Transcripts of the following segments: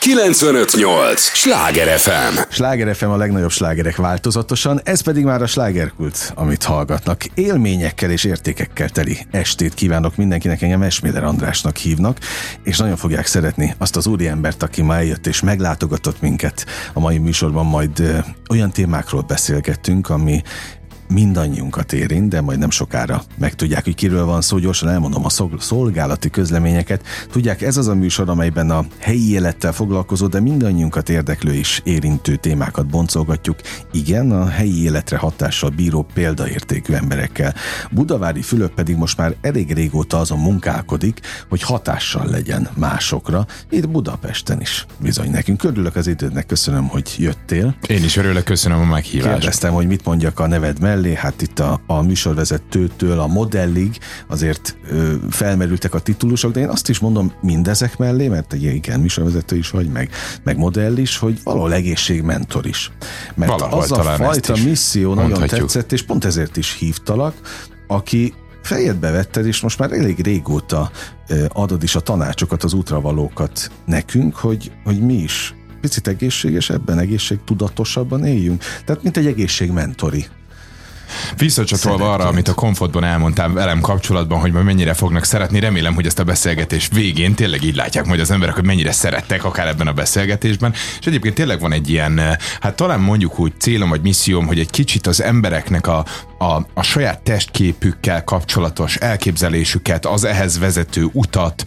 95.8 Sláger FM. Sláger FM, a legnagyobb slágerek változatosan, ez pedig már a slágerkult, amit hallgatnak. Élményekkel és értékekkel teli estét kívánok mindenkinek, engem Esméler Andrásnak hívnak, és nagyon fogják szeretni azt az úriembert, aki ma eljött és meglátogatott minket. A mai műsorban majd olyan témákról beszélgettünk, ami mindannyiunkat érint, de majd nem sokára megtudják, hogy kiről van szó. Gyorsan elmondom a szolgálati közleményeket. Tudják, ez az a műsor, amelyben a helyi élettel foglalkozó, de mindannyiunkat érdeklő és érintő témákat boncolgatjuk. Igen, a helyi életre hatással bíró példaértékű emberekkel. Budavári Fülöp pedig most már elég régóta azon munkálkodik, hogy hatással legyen másokra, itt Budapesten is. Bizony nekünk. Örülök az idődnek, köszönöm, hogy jöttél. Én is örülök, köszönöm a meghívást. Kérdeztem, hogy mit mondjak a neved mellé, hát itt a műsorvezetőtől a modellig azért felmerültek a titulusok, de én azt is mondom mindezek mellé, mert igen, műsorvezető is vagy, meg modell is, hogy valahol egészségmentor is. Mert valahol az a fajta misszió nagyon tetszett, és pont ezért is hívtalak, aki fejedbe vetted, és most már elég régóta adod is a tanácsokat, az útravalókat nekünk, hogy mi is picit egészségesebben, egészségtudatosabban éljünk. Tehát mint egy egészségmentori. Visszacsatolva arra, amit a Komfortban elmondtál velem kapcsolatban, hogy mennyire fognak szeretni, remélem, hogy ezt a beszélgetés végén tényleg így látják majd az emberek, hogy mennyire szerettek akár ebben a beszélgetésben. És egyébként tényleg van egy ilyen, hát talán mondjuk úgy célom vagy misszióm, hogy egy kicsit az embereknek a saját testképükkel kapcsolatos elképzelésüket, az ehhez vezető utat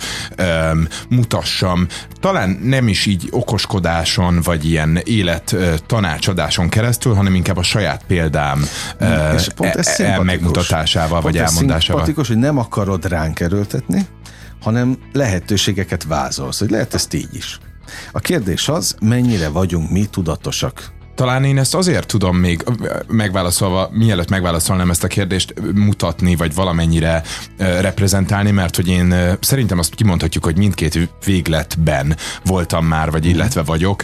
mutassam. Talán nem is így okoskodáson, vagy ilyen élet tanácsadáson keresztül, hanem inkább a saját példám és pont ez megmutatásával, vagy elmondásával. Szimpatikus, hogy nem akarod ránk erőltetni, hanem lehetőségeket vázolsz, hogy lehet ezt így is. A kérdés az, mennyire vagyunk mi tudatosak. Talán én ezt azért tudom még megválaszolva, mielőtt megválaszolnám ezt a kérdést, mutatni, vagy valamennyire reprezentálni, mert hogy én szerintem azt kimondhatjuk, hogy mindkét végletben voltam már, vagy illetve vagyok.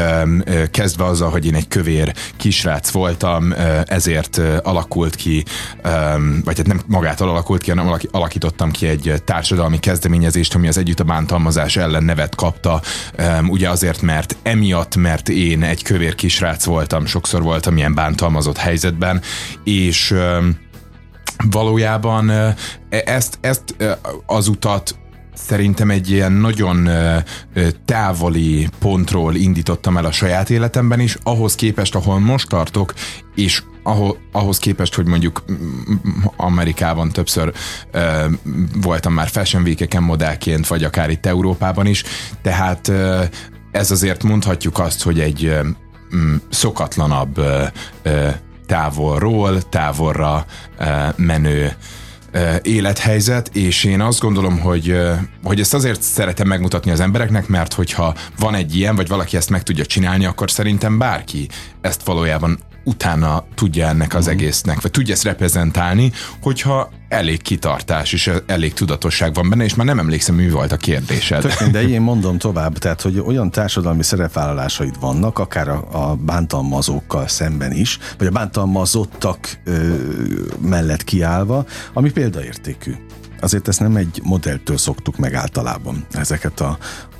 Kezdve azzal, hogy én egy kövér kisrác voltam, ezért alakult ki, vagy hát nem magától alakult ki, hanem alakítottam ki egy társadalmi kezdeményezést, ami az Együtt a bántalmazás ellen nevet kapta. Ugye azért, mert én egy kövér kisrác voltam, sokszor voltam ilyen bántalmazott helyzetben, és valójában ezt az utat szerintem egy ilyen nagyon távoli pontról indítottam el a saját életemben is, ahhoz képest, ahol most tartok, és ahhoz képest, hogy mondjuk Amerikában többször voltam már Fashion Week-eken modellként, vagy akár itt Európában is, tehát ez azért mondhatjuk azt, hogy egy szokatlanabb távolra menő élethelyzet, és én azt gondolom, hogy ezt azért szeretem megmutatni az embereknek, mert hogyha van egy ilyen, vagy valaki ezt meg tudja csinálni, akkor szerintem bárki ezt valójában utána tudja ennek az egésznek, vagy tudja ezt reprezentálni, hogyha elég kitartás és elég tudatosság van benne, és már nem emlékszem, mi volt a kérdésed. De én mondom tovább, tehát, hogy olyan társadalmi szerepvállalásaid vannak, akár a bántalmazókkal szemben is, vagy a bántalmazottak mellett kiállva, ami példaértékű. Azért ezt nem egy modelltől szoktuk meg általában, ezeket a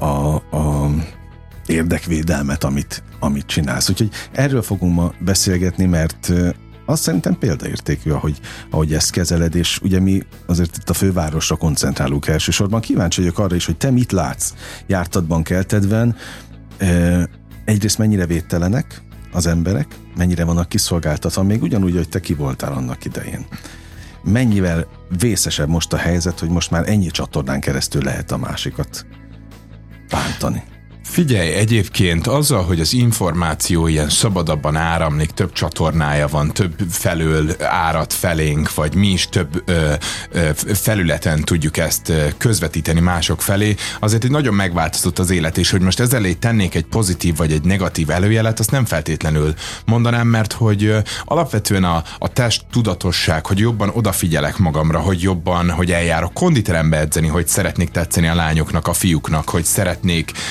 érdekvédelmet, amit csinálsz. Úgyhogy erről fogunk ma beszélgetni, mert azt szerintem példaértékű, ahogy ezt kezeled, és ugye mi azért itt a fővárosra koncentrálunk elsősorban. Kíváncsi vagyok arra is, hogy te mit látsz jártatban, keltedben. Egyrészt mennyire védtelenek az emberek, mennyire vannak kiszolgáltatva, még ugyanúgy, hogy te ki voltál annak idején. Mennyivel vészesebb most a helyzet, hogy most már ennyi csatornán keresztül lehet a másikat bántani. Figyelj, egyébként azzal, hogy az információ ilyen szabadabban áramlik, több csatornája van, több felől árad felénk, vagy mi is több felületen tudjuk ezt közvetíteni mások felé, azért egy nagyon megváltozott az élet, és hogy most ezzel elé tennék egy pozitív vagy egy negatív előjelet, azt nem feltétlenül mondanám, mert hogy alapvetően a test tudatosság, hogy jobban odafigyelek magamra, hogy eljárok konditerembe edzeni, hogy szeretnék tetszeni a lányoknak, a fiúknak, hogy szeretnék tudatos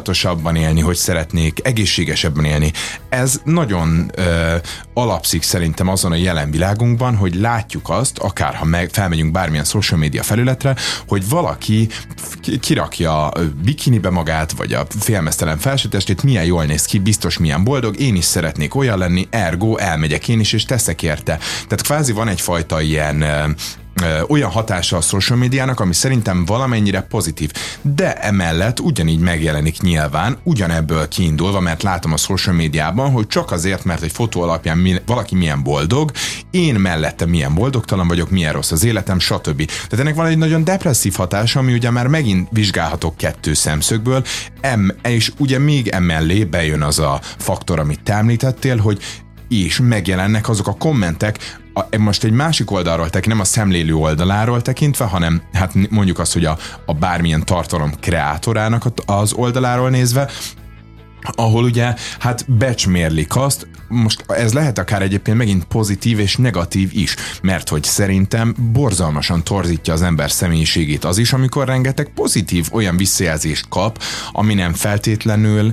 tudatosabban élni, hogy szeretnék egészségesebben élni. Ez nagyon alapszik szerintem azon a jelen világunkban, hogy látjuk azt, akár ha felmegyünk bármilyen social media felületre, hogy valaki kirakja bikinibe magát, vagy a félmeztelen felsőtestét, milyen jól néz ki, biztos milyen boldog, én is szeretnék olyan lenni, ergo elmegyek én is, és teszek érte. Tehát kvázi van egyfajta ilyen olyan hatása a social médiának, ami szerintem valamennyire pozitív. De emellett ugyanígy megjelenik nyilván, ugyanebből kiindulva, mert látom a social médiában, hogy csak azért, mert egy fotó alapján valaki milyen boldog, én mellette milyen boldogtalan vagyok, milyen rossz az életem, stb. Tehát ennek van egy nagyon depresszív hatása, ami ugye már megint vizsgálhatok kettő szemszögből, és ugye még emellé bejön az a faktor, amit te említettél, hogy és megjelennek azok a kommentek, most egy másik oldalról tekintve, nem a szemlélő oldaláról tekintve, hanem hát mondjuk azt, hogy a bármilyen tartalom kreátorának az oldaláról nézve, ahol ugye hát becsmérlik azt, most ez lehet akár egyébként megint pozitív és negatív is, mert hogy szerintem borzalmasan torzítja az ember személyiségét az is, amikor rengeteg pozitív olyan visszajelzést kap, ami nem feltétlenül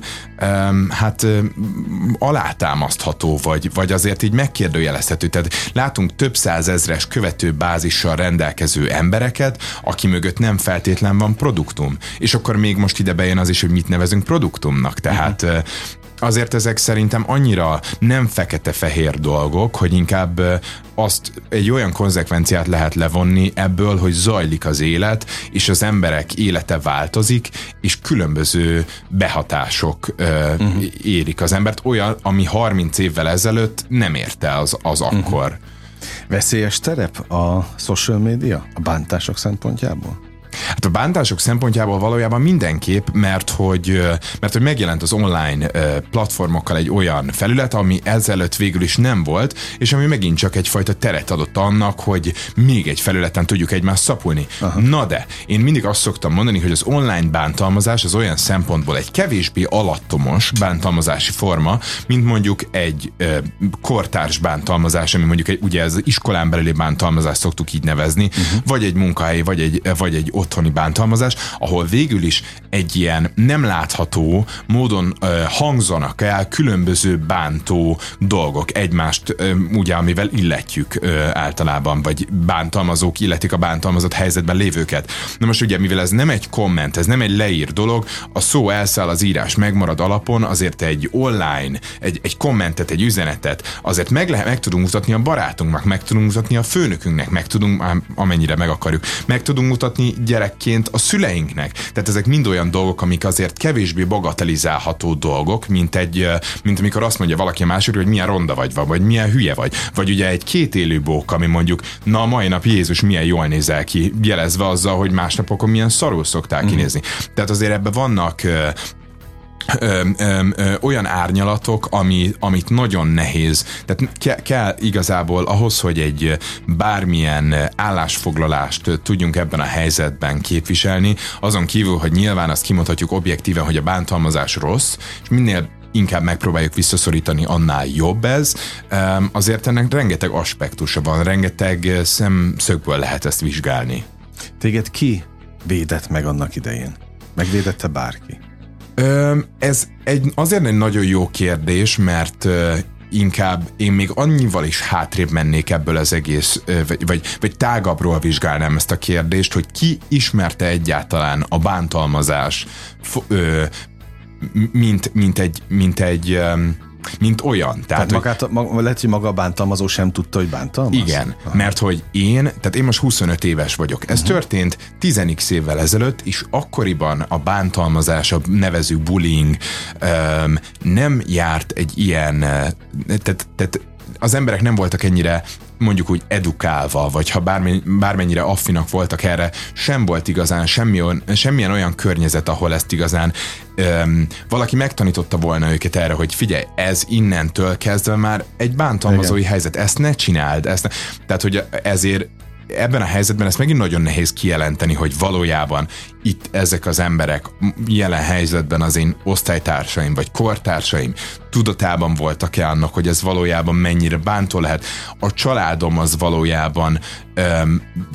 alátámasztható, vagy azért így megkérdőjelezhető. Tehát látunk több százezres követőbázissal rendelkező embereket, aki mögött nem feltétlen van produktum. És akkor még most ide bejön az is, hogy mit nevezünk produktumnak. Tehát azért ezek szerintem annyira nem fekete-fehér dolgok, hogy inkább azt egy olyan konzekvenciát lehet levonni ebből, hogy zajlik az élet, és az emberek élete változik, és különböző behatások érik az embert. Olyan, ami 30 évvel ezelőtt nem érte az akkor. Veszélyes terep a social media a bántások szempontjából? Hát a bántások szempontjából valójában mindenképp, mert hogy megjelent az online platformokkal egy olyan felület, ami ezelőtt végül is nem volt, és ami megint csak egyfajta teret adott annak, hogy még egy felületen tudjuk egymást szapulni. Aha. Na de, én mindig azt szoktam mondani, hogy az online bántalmazás az olyan szempontból egy kevésbé alattomos bántalmazási forma, mint mondjuk egy kortárs bántalmazás, ami mondjuk ugye ez iskolán belüli bántalmazást szoktuk így nevezni, vagy egy munkahelyi, vagy egy otthoni bántalmazás, ahol végül is egy ilyen nem látható módon hangzanak el különböző bántó dolgok egymást, ugye, amivel illetjük általában, vagy bántalmazók illetik a bántalmazott helyzetben lévőket. Na most ugye, mivel ez nem egy komment, ez nem egy leír dolog, a szó elszáll, az írás megmarad alapon, azért egy online, egy kommentet, egy üzenetet, azért meg tudunk mutatni a barátunknak, meg tudunk mutatni a főnökünknek, meg tudunk, amennyire meg akarjuk, meg tudunk mutatni gyerekként a szüleinknek. Tehát ezek mind olyan dolgok, amik azért kevésbé bagatelizálható dolgok, mint amikor azt mondja valaki a másikról, hogy milyen ronda vagy milyen hülye vagy. Vagy ugye egy kétélű bók, ami mondjuk, na a mai nap Jézus milyen jól nézel ki, jelezve azzal, hogy másnapokon milyen szarul szoktál kinézni. Tehát azért ebben vannak olyan árnyalatok, amit nagyon nehéz. Tehát kell igazából ahhoz, hogy egy bármilyen állásfoglalást tudjunk ebben a helyzetben képviselni, azon kívül, hogy nyilván azt kimondhatjuk objektíven, hogy a bántalmazás rossz, és minél inkább megpróbáljuk visszaszorítani, annál jobb ez. Azért ennek rengeteg aspektusa van, rengeteg szemszögből lehet ezt vizsgálni. Téged ki védett meg annak idején? Megvédette bárki? Ez azért egy nagyon jó kérdés, mert inkább én még annyival is hátrébb mennék ebből az egész, vagy tágabbról vizsgálnám ezt a kérdést, hogy ki ismerte egyáltalán a bántalmazás mint olyan. Tehát lehet, hogy maga a bántalmazó sem tudta, hogy bántalmaz? Igen, mert hogy én most 25 éves vagyok. Ez történt 10x évvel ezelőtt, és akkoriban a bántalmazás, a nevezük bullying nem járt egy ilyen, tehát az emberek nem voltak ennyire mondjuk úgy edukálva, vagy ha bármennyire affinak voltak erre, sem volt igazán semmilyen olyan környezet, ahol ezt igazán valaki megtanította volna őket erre, hogy figyelj, ez innentől kezdve már egy bántalmazói helyzet, ezt ne csináld, tehát hogy ezért ebben a helyzetben ezt megint nagyon nehéz kijelenteni, hogy valójában itt ezek az emberek jelen helyzetben az én osztálytársaim vagy kortársaim tudatában voltak-e annak, hogy ez valójában mennyire bántó lehet. A családom az valójában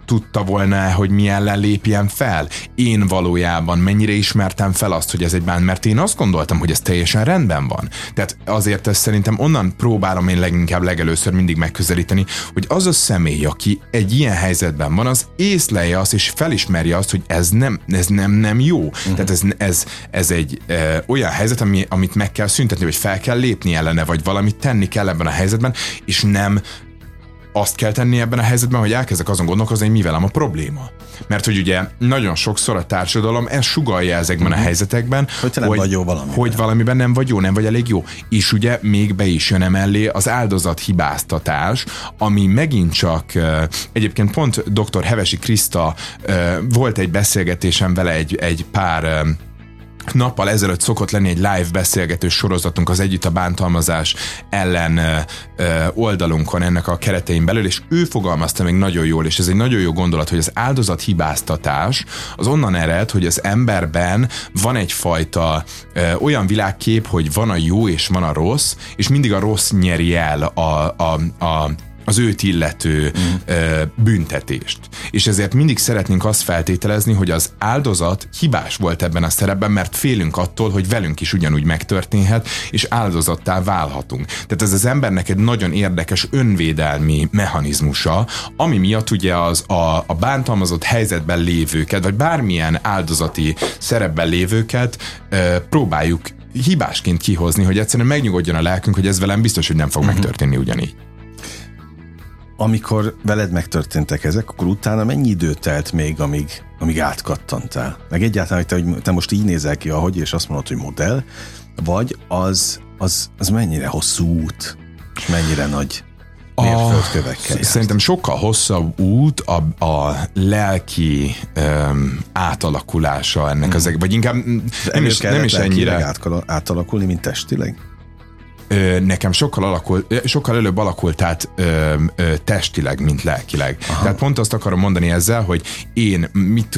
tudta volna, hogy mi ellen lépjen fel? Én valójában mennyire ismertem fel azt, hogy ez egy bán, mert én azt gondoltam, hogy ez teljesen rendben van. Tehát azért ezt szerintem onnan próbálom én leginkább legelőször mindig megközelíteni, hogy az a személy, aki egy ilyen helyzetben van, az észlelje azt, és felismerje azt, hogy ez nem jó. Tehát ez egy olyan helyzet, amit meg kell szüntetni, vagy fel kell lépni ellene, vagy valamit tenni kell ebben a helyzetben, és nem azt kell tenni ebben a helyzetben, hogy elkezdek azon gondolkozni, hogy mi velem a probléma. Mert hogy ugye nagyon sokszor a társadalom ezt sugallja ezekben a helyzetekben, hogy te nem vagy jó valamiben. Hogy valamiben nem vagy jó, nem vagy elég jó. És ugye még be is jön emellé az áldozathibáztatás, ami megint csak egyébként pont dr. Hevesi Kriszta volt egy beszélgetésem vele egy pár nappal ezelőtt szokott lenni egy live beszélgető sorozatunk az Együtt a bántalmazás ellen oldalunkon, ennek a keretein belül, és ő fogalmazta még nagyon jól, és ez egy nagyon jó gondolat, hogy az áldozathibáztatás az onnan ered, hogy az emberben van egyfajta olyan világkép, hogy van a jó és van a rossz, és mindig a rossz nyeri el az őt illető büntetést. És ezért mindig szeretnénk azt feltételezni, hogy az áldozat hibás volt ebben a szerepben, mert félünk attól, hogy velünk is ugyanúgy megtörténhet, és áldozattá válhatunk. Tehát ez az embernek egy nagyon érdekes önvédelmi mechanizmusa, ami miatt ugye a bántalmazott helyzetben lévőket, vagy bármilyen áldozati szerepben lévőket próbáljuk hibásként kihozni, hogy egyszerűen megnyugodjon a lelkünk, hogy ez velem biztos, hogy nem fog megtörténni ugyanígy. Amikor veled megtörténtek ezek, akkor utána mennyi idő telt még, amíg átkattantál? Meg egyáltalán, hogy te most így nézel ki, ahogy, és azt mondod, hogy modell, vagy az mennyire hosszú út, és mennyire nagy mérföldkövekkel jársz? Szerintem sokkal hosszabb út a lelki átalakulása ennek az vagy inkább nem is ennyire átalakulni, mint testileg? Nekem sokkal előbb alakult át testileg, mint lelkileg. Aha. Tehát pont azt akarom mondani ezzel, hogy én,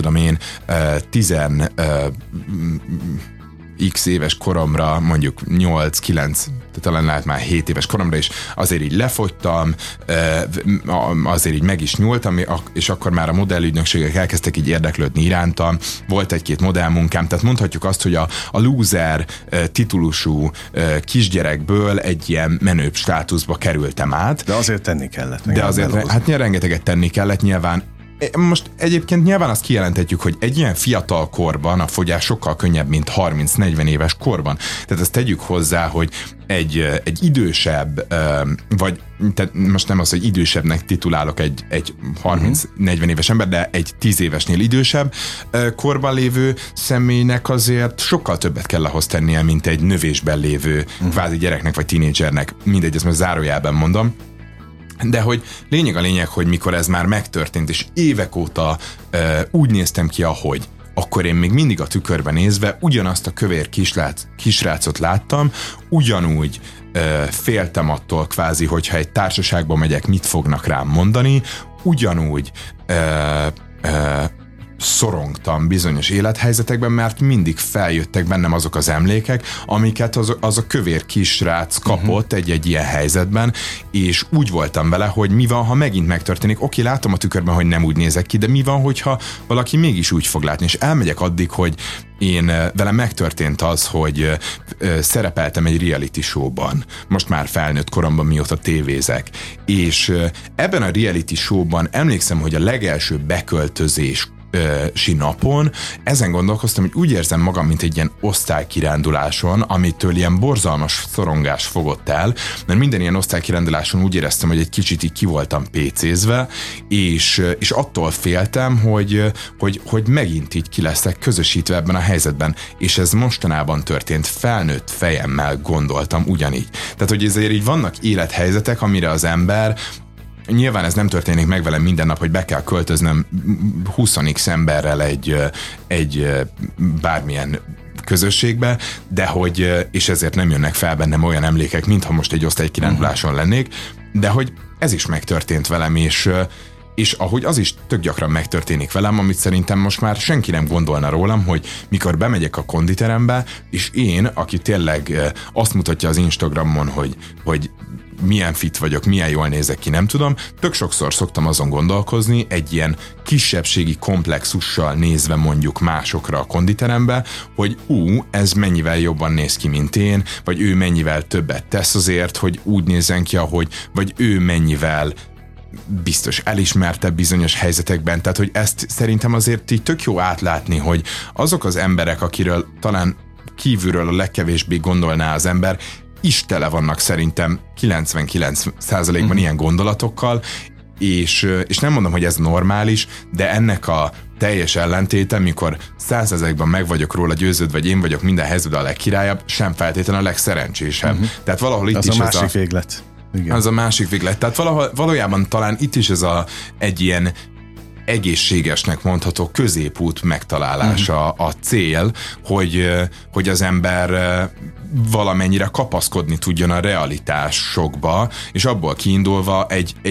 10x éves koromra, mondjuk 8-9, talán lehet már 7 éves koromra is, azért így lefogytam, azért így meg is nyúltam, és akkor már a modellügynökségek elkezdtek így érdeklődni irántam, volt egy-két modellmunkám, tehát mondhatjuk azt, hogy a loser titulusú kisgyerekből egy ilyen menőbb státuszba kerültem át. De azért tenni kellett. De azért, hát rengeteget tenni kellett nyilván. Most egyébként nyilván azt kijelenthetjük, hogy egy ilyen fiatal korban a fogyás sokkal könnyebb, mint 30-40 éves korban. Tehát ezt tegyük hozzá, hogy egy idősebb, vagy tehát most nem az, hogy idősebbnek titulálok egy 30-40 éves ember, de egy 10 évesnél idősebb korban lévő személynek azért sokkal többet kell ahhoz tennie, mint egy növésben lévő kvázi gyereknek vagy tínédzsernek. Mindegy, ezt most zárójelben mondom. De hogy lényeg, hogy mikor ez már megtörtént, és évek óta úgy néztem ki, ahogy, akkor én még mindig a tükörben nézve ugyanazt a kövér kisrácot láttam, ugyanúgy féltem attól kvázi, hogyha egy társaságba megyek, mit fognak rám mondani, ugyanúgy szorongtam bizonyos élethelyzetekben, mert mindig feljöttek bennem azok az emlékek, amiket az a kövér kisrác kapott egy ilyen helyzetben, és úgy voltam vele, hogy mi van, ha megint megtörténik. Oké, látom a tükörben, hogy nem úgy nézek ki, de mi van, hogyha valaki mégis úgy fog látni, és elmegyek addig, hogy velem megtörtént az, hogy szerepeltem egy reality showban, most már felnőtt koromban, mióta tévézek, és ebben a reality showban emlékszem, hogy a legelső beköltözés napon ezen gondolkoztam, hogy úgy érzem magam, mint egy ilyen osztálykiránduláson, amitől ilyen borzalmas szorongás fogott el, mert minden ilyen osztálykiránduláson úgy éreztem, hogy egy kicsit így ki voltam pécézve, és attól féltem, hogy megint így ki leszek közösítve ebben a helyzetben, és ez mostanában történt, felnőtt fejemmel gondoltam ugyanígy. Tehát, hogy ezért így vannak élethelyzetek, amire az ember, nyilván ez nem történik meg velem minden nap, hogy be kell költöznöm 20x emberrel egy bármilyen közösségbe, de hogy, és ezért nem jönnek fel bennem olyan emlékek, mintha most egy osztálykiránduláson lennék, de hogy ez is megtörtént velem, és ahogy az is tök gyakran megtörténik velem, amit szerintem most már senki nem gondolna rólam, hogy mikor bemegyek a konditerembe, és én, aki tényleg azt mutatja az Instagramon, hogy milyen fit vagyok, milyen jól nézek ki, nem tudom. Tök sokszor szoktam azon gondolkozni, egy ilyen kisebbségi komplexussal nézve mondjuk másokra a konditerembe, hogy ez mennyivel jobban néz ki, mint én, vagy ő mennyivel többet tesz azért, hogy úgy nézzen ki, ahogy, vagy ő mennyivel biztos elismertebb bizonyos helyzetekben, tehát hogy ezt szerintem azért így tök jó átlátni, hogy azok az emberek, akiről talán kívülről a legkevésbé gondolná az ember, is tele vannak szerintem 99%-ban ilyen gondolatokkal, és nem mondom, hogy ez normális, de ennek a teljes ellentéte, mikor 100%-ban meg vagyok róla győződve, vagy én vagyok minden helyzetben a legkirályabb, sem feltétlenül a legszerencsésebb. Tehát valahol itt az is a másik véglet. Igen. Az a másik véglet. Tehát valójában talán itt is ez egy ilyen egészségesnek mondható középút megtalálása a cél, hogy az ember valamennyire kapaszkodni tudjon a realitásokba, és abból kiindulva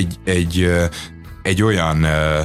egy olyan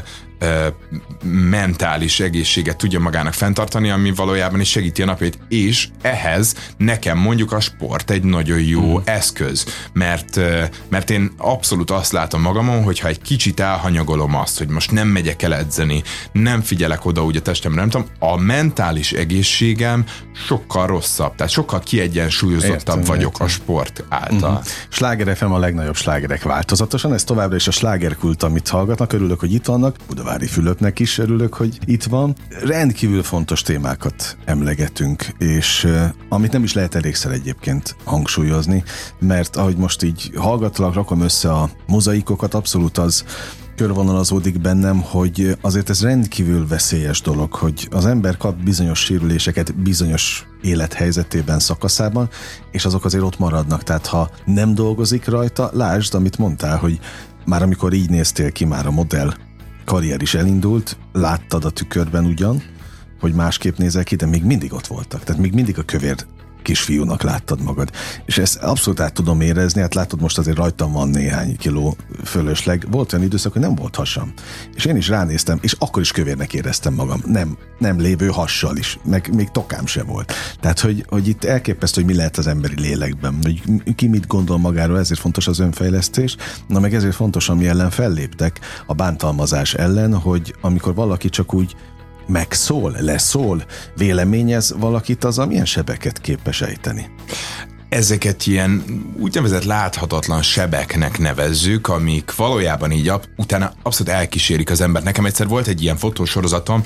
mentális egészséget tudja magának fenntartani, ami valójában is segíti a napjait, és ehhez nekem mondjuk a sport egy nagyon jó eszköz, mert én abszolút azt látom magamon, hogyha egy kicsit elhanyagolom azt, hogy most nem megyek el edzeni, nem figyelek oda úgy a testemre, nem tudom, a mentális egészségem sokkal rosszabb, tehát sokkal kiegyensúlyozottabb vagyok a sport által. Sláger FM a legnagyobb slágerek változatosan, ez továbbra is a slágerkult, amit hallgatnak, örülök, hogy itt vannak, Budavári Fülöpnek is örülök, hogy itt van. Rendkívül fontos témákat emlegetünk, és amit nem is lehet elégszer egyébként hangsúlyozni, mert ahogy most így hallgatlak, rakom össze a mozaikokat, abszolút az körvonalazódik bennem, hogy azért ez rendkívül veszélyes dolog, hogy az ember kap bizonyos sérüléseket bizonyos élethelyzetében, szakaszában, és azok azért ott maradnak. Tehát ha nem dolgozik rajta, lásd, amit mondtál, hogy már amikor így néztél ki, már a modell karrier is elindult, láttad a tükörben ugyan, hogy másképp nézel ki, de még mindig ott voltak. Tehát még mindig a kövér kisfiúnak láttad magad. És ezt abszolút át tudom érezni, hát látod, most azért rajtam van néhány kiló fölösleg. Volt olyan időszak, hogy nem volt hasam. És én is ránéztem, és akkor is kövérnek éreztem magam. Nem lévő hassal is, meg még tokám se volt. Tehát, hogy itt elképesztő, hogy mi lehet az emberi lélekben, hogy ki mit gondol magáról, ezért fontos az önfejlesztés, na meg ezért fontos, ami ellen felléptek, a bántalmazás ellen, hogy amikor valaki csak úgy megszól, leszól, véleményez valakit, az milyen sebeket képes ejteni? Ezeket ilyen úgynevezett láthatatlan sebeknek nevezzük, amik valójában így utána abszolút elkísérik az embert. Nekem egyszer volt egy ilyen fotósorozatom,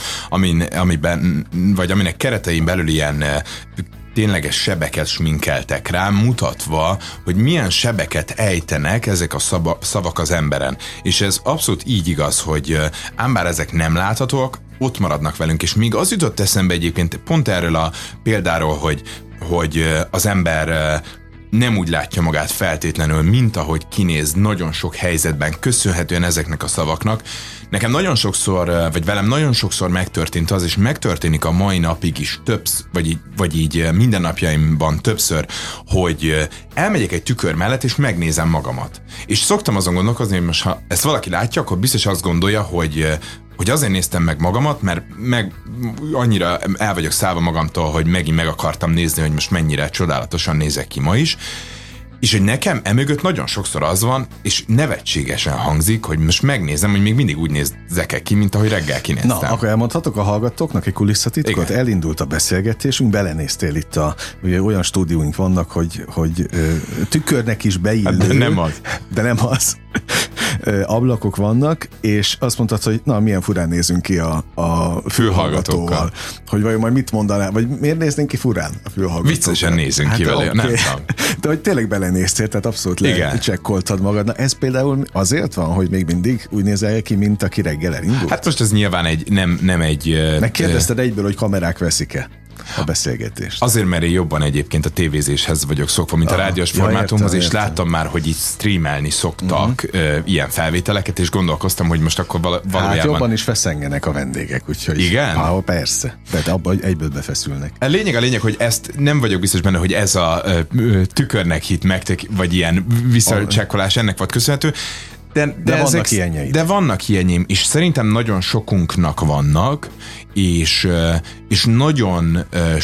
aminek keretein belül ilyen tényleges sebeket sminkeltek rám, mutatva, hogy milyen sebeket ejtenek ezek a szavak az emberen. És ez abszolút így igaz, hogy ám bár ezek nem láthatóak, ott maradnak velünk, és még az jutott eszembe egyébként pont erről a példáról, hogy az ember nem úgy látja magát feltétlenül, mint ahogy kinéz nagyon sok helyzetben, köszönhetően ezeknek a szavaknak. Nekem nagyon sokszor, vagy velem nagyon sokszor megtörtént az, és megtörténik a mai napig is vagy így mindennapjaimban többször, hogy elmegyek egy tükör mellett, és megnézem magamat. És szoktam azon gondolkozni, hogy most ha ezt valaki látja, akkor biztos azt gondolja, hogy azért néztem meg magamat, mert annyira el vagyok szállva magamtól, hogy megint meg akartam nézni, hogy most mennyire csodálatosan nézek ki ma is, és hogy nekem emögött nagyon sokszor az van, és nevetségesen hangzik, hogy most megnézem, hogy még mindig úgy nézek ki, mint ahogy reggel kinéztem. Na, akkor elmondhatok a hallgatóknak egy kulisszatitkot? Igen. Elindult a beszélgetésünk, belenéztél itt ugye olyan stúdióink vannak, hogy tükörnek is beillő. Hát, de nem az. De nem az. Ablakok vannak, és azt mondtad, hogy na, milyen furán nézünk ki a fülhallgatóval. Hogy vajon majd mit mondanál, vagy miért néznénk ki furán a fülhallgatóval? Viccesen nézünk ki vele, nem tudom. De hogy tényleg belenéztél, tehát abszolút lecsekkoltad magad. Na, ez például azért van, hogy még mindig úgy nézel ki, mint aki reggel elindult? Hát most ez nyilván nem egy... Megkérdezted egyből, hogy kamerák veszik-e a beszélgetést. Azért, mert én jobban egyébként a tévézéshez vagyok szokva, mint a rádiós formátumhoz, és láttam már, hogy így streamelni szoktak ilyen felvételeket, és gondolkoztam, hogy most akkor valójában... Hát jobban is feszengenek a vendégek, úgyhogy... Igen? Persze. Tehát abban egyből befeszülnek. A lényeg, hogy ezt nem vagyok biztos benne, hogy ez a tükörnek hit meg, vagy ilyen visszacsekkolás ennek volt köszönhető. De vannak ilyenjeid. De vannak ilyenyém, és szerintem nagyon sokunknak vannak, és nagyon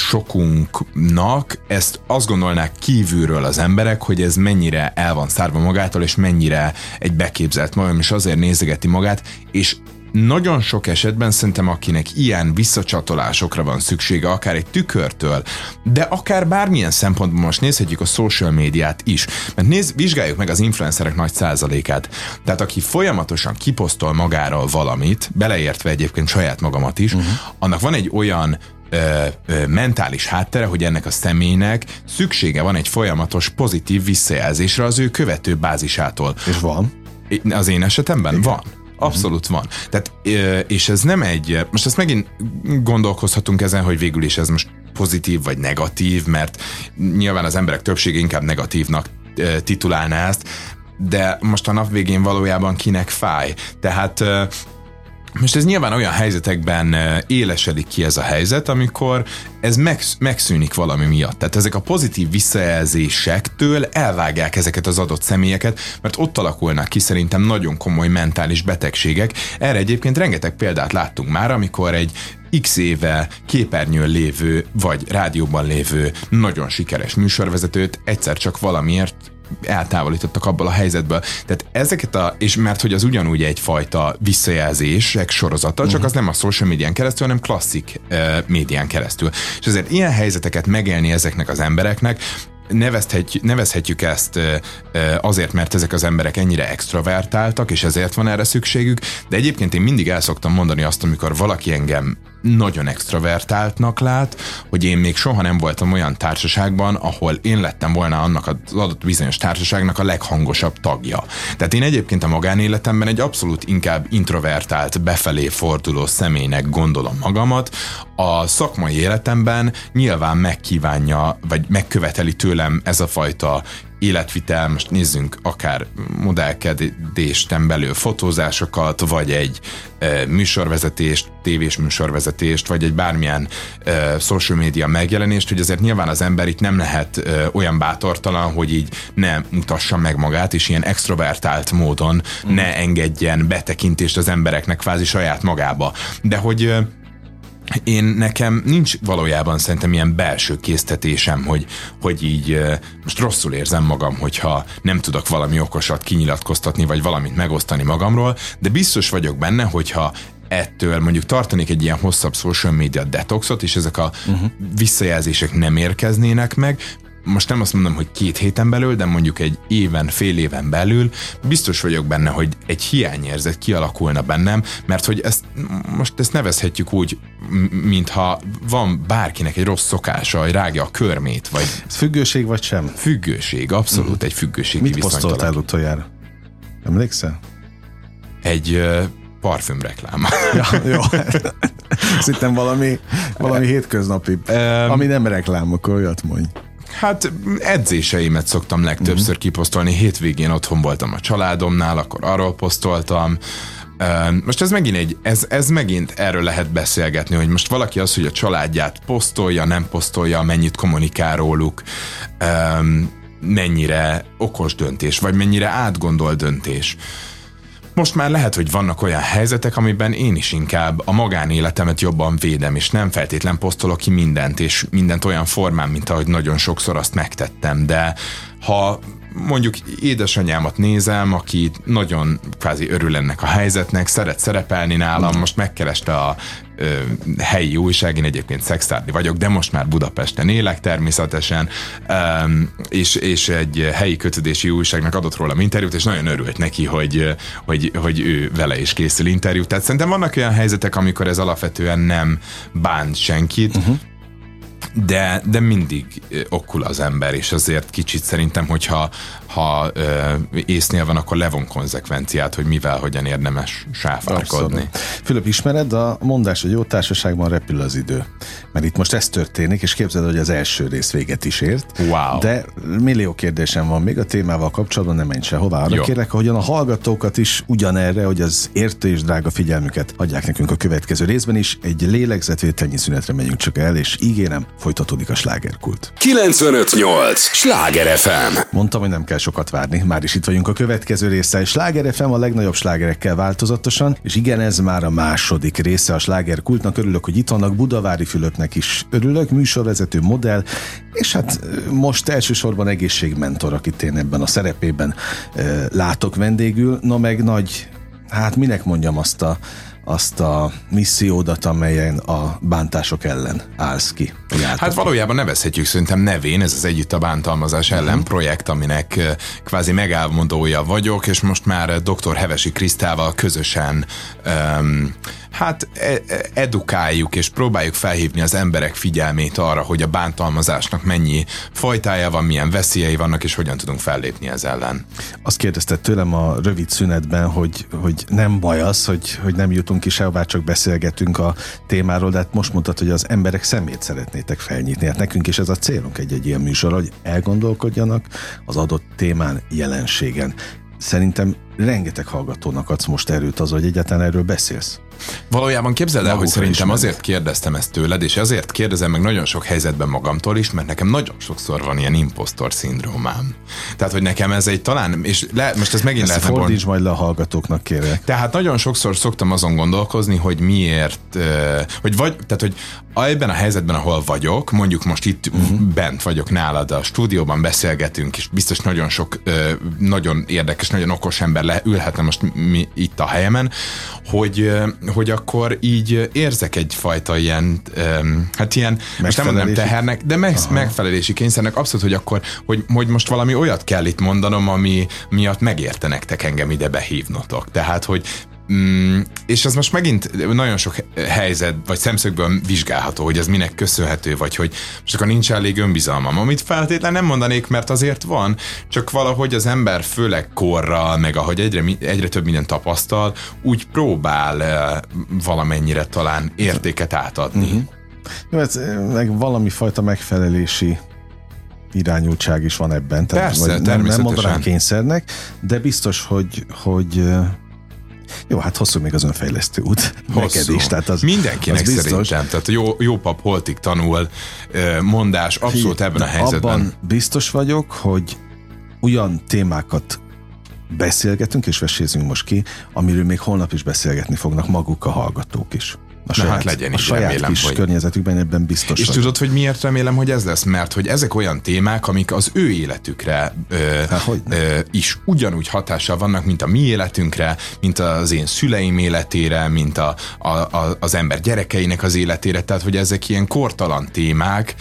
sokunknak ezt azt gondolnák kívülről az emberek, hogy ez mennyire el van szárva magától, és mennyire egy beképzelt majom, és azért nézegeti magát, és nagyon sok esetben szerintem akinek ilyen visszacsatolásokra van szüksége, akár egy tükörtől, de akár bármilyen szempontból, most nézhetjük a social médiát is, mert vizsgáljuk meg az influencerek nagy százalékát. Tehát aki folyamatosan kiposztol magáról valamit, beleértve egyébként saját magamat is, annak van egy olyan mentális háttere, hogy ennek a személynek szüksége van egy folyamatos pozitív visszajelzésre az ő követő bázisától. És van? Az én esetemben igen. Van. Abszolút van. Tehát, és ez nem egy... Most ezt megint gondolkozhatunk ezen, hogy végül is ez most pozitív vagy negatív, mert nyilván az emberek többsége inkább negatívnak titulálná ezt, de most a nap végén valójában kinek fáj. Tehát most ez nyilván olyan helyzetekben élesedik ki ez a helyzet, amikor ez megszűnik valami miatt. Tehát ezek a pozitív visszajelzésektől elvágják ezeket az adott személyeket, mert ott alakulnak ki szerintem nagyon komoly mentális betegségek. Erre egyébként rengeteg példát láttunk már, amikor egy X éve képernyőn lévő, vagy rádióban lévő nagyon sikeres műsorvezetőt egyszer csak valamiért eltávolítottak abból a helyzetből. Tehát ezeket és mert hogy az ugyanúgy egyfajta visszajelzések sorozata, csak az nem a social médián keresztül, hanem klasszik médián keresztül. És ezért ilyen helyzeteket megélni ezeknek az embereknek, nevezhetjük ezt azért, mert ezek az emberek ennyire extrovertáltak, és ezért van erre szükségük, de egyébként én mindig el szoktam mondani azt, amikor valaki engem nagyon extrovertáltnak lát, hogy én még soha nem voltam olyan társaságban, ahol én lettem volna annak az adott bizonyos társaságnak a leghangosabb tagja. Tehát én egyébként a magánéletemben egy abszolút inkább introvertált, befelé forduló személynek gondolom magamat. A szakmai életemben nyilván megkívánja, vagy megköveteli tőlem ez a fajta életvitel, most nézzünk akár modellkedésten belül fotózásokat, vagy egy műsorvezetést, tévés műsorvezetést, vagy egy bármilyen social media megjelenést, hogy azért nyilván az ember itt nem lehet olyan bátortalan, hogy így ne mutassa meg magát, és ilyen extrovertált módon ne engedjen betekintést az embereknek kvázi saját magába. De hogy nekem nincs valójában szerintem ilyen belső késztetésem, hogy így most rosszul érzem magam, hogyha nem tudok valami okosat kinyilatkoztatni, vagy valamit megosztani magamról, de biztos vagyok benne, hogyha ettől mondjuk tartanék egy ilyen hosszabb social media detoxot, és ezek a visszajelzések nem érkeznének meg, most nem azt mondom, hogy 2 héten belül, de mondjuk egy éven, fél éven belül biztos vagyok benne, hogy egy hiányérzet kialakulna bennem, mert hogy ezt nevezhetjük úgy, mintha van bárkinek egy rossz szokása, hogy rágja a körmét, vagy... Ez függőség vagy sem? Függőség, abszolút egy függőségi viszonyt. Mit posztoltál utoljára? Emlékszel? Egy parfümreklám. Ja, jó. Szerintem valami hétköznapi, ami nem reklám, akkor olyat mondj. Hát edzéseimet szoktam legtöbbször kiposztolni, hétvégén otthon voltam a családomnál, akkor arról posztoltam. Most ez megint ez megint erről lehet beszélgetni, hogy most valaki az, hogy a családját posztolja, nem posztolja, mennyit kommunikál róluk, mennyire okos döntés, vagy mennyire átgondolt döntés. Most már lehet, hogy vannak olyan helyzetek, amiben én is inkább a magánéletemet jobban védem, és nem feltétlen posztolok ki mindent, és mindent olyan formán, mint ahogy nagyon sokszor azt megtettem, de ha mondjuk édesanyámat nézem, aki nagyon kvázi örül ennek a helyzetnek, szeret szerepelni nálam, most megkereste a helyi újság, én egyébként szexárdi vagyok, de most már Budapesten élek természetesen, és egy helyi kötődési újságnak adott rólam interjút, és nagyon örült neki, hogy ő vele is készül interjút. Tehát szerintem vannak olyan helyzetek, amikor ez alapvetően nem bánt senkit, de mindig okul az ember, és azért kicsit szerintem, hogyha észnél van, akkor levon konzekvenciát, hogy mivel, hogyan érdemes sáfárkodni. Fülöp, ismered a mondás, hogy jó társaságban repül az idő? Mert itt most ez történik, és képzeld, hogy az első rész véget is ért. Wow. De millió kérdésem van még a témával kapcsolatban, nem menj sehová. Arra kérlek, ahogyan a hallgatókat is ugyanerre, hogy az értő és drága figyelmüket adják nekünk a következő részben is. Egy lélegzetvételnyi szünetre megyünk csak el, és ígérem, folytatódik a Slágerkult. 95.8 Sláger FM. Mondtam, hogy nem kell sokat várni, már is itt vagyunk a következő része. Sláger FM a legnagyobb slágerekkel változatosan, és igen, ez már a második része a Slágerkultnak. Örülök, hogy itt vannak, Budavári Fülöpnek is örülök, műsorvezető, modell, és hát most elsősorban egészségmentor, akit én ebben a szerepében látok vendégül. No meg nagy, hát minek mondjam azt a missziódat, amelyen a bántások ellen állsz ki. Hát valójában nevezhetjük szerintem nevén, ez az Együtt a bántalmazás ellen projekt, aminek kvázi megálmodója vagyok, és most már dr. Hevesi Krisztával közösen edukáljuk és próbáljuk felhívni az emberek figyelmét arra, hogy a bántalmazásnak mennyi fajtája van, milyen veszélyei vannak, és hogyan tudunk fellépni ez ellen. Azt kérdezted tőlem a rövid szünetben, hogy nem baj az, hogy nem jutunk ki sehová, csak beszélgetünk a témáról, de hát most mondtad, hogy az emberek szemét szeretnétek felnyitni. Hát nekünk is ez a célunk egy ilyen műsor, hogy elgondolkodjanak az adott témán, jelenségen. Szerintem rengeteg hallgatónak adsz most erőt az, hogy egyáltalán erről beszélsz. Valójában képzeld el, hogy szerintem azért kérdeztem ezt tőled, és azért kérdezem meg nagyon sok helyzetben magamtól is, mert nekem nagyon sokszor van ilyen impostor szindrómám. Tehát, hogy nekem ez egy talán, és most ez megint lehetne... Fordíts majd le a hallgatóknak, kérlek. Tehát nagyon sokszor szoktam azon gondolkozni, hogy miért, hogy ebben a helyzetben, ahol vagyok, mondjuk most itt bent vagyok nálad a stúdióban, beszélgetünk, és biztos nagyon sok, nagyon érdekes, nagyon okos ember ülhetne most itt a helyemen, hogy akkor így érzek egyfajta ilyen, most nem mondom tehernek, de megfelelési kényszernek, abszolút, hogy akkor, hogy most valami olyat kell itt mondanom, ami miatt megérte nektek engem ide behívnotok. Tehát, hogy és ez most megint nagyon sok helyzet, vagy szemszögből vizsgálható, hogy ez minek köszönhető, vagy hogy most akkor nincs elég önbizalmam, amit feltétlenül nem mondanék, mert azért van, csak valahogy az ember főleg korral, meg ahogy egyre több minden tapasztal, úgy próbál valamennyire talán értéket átadni. Jó, ez meg valami fajta megfelelési irányultság is van ebben. Persze, természetesen. Nem mondanám kényszernek, de biztos, hogy jó, hát hosszú még az önfejlesztő út. Neked is. Tehát az, mindenkinek az szerintem. Tehát jó pap holtig tanul mondás abszolút ebben a helyzetben. Abban biztos vagyok, hogy olyan témákat beszélgetünk, és vesézünk most ki, amiről még holnap is beszélgetni fognak maguk a hallgatók is. Legyen a is, saját remélem, kis környezetükben ebben biztos. És tudod, hogy miért remélem, hogy ez lesz? Mert hogy ezek olyan témák, amik az ő életükre is ugyanúgy hatással vannak, mint a mi életünkre, mint az én szüleim életére, mint az ember gyerekeinek az életére. Tehát, hogy ezek ilyen kortalan témák,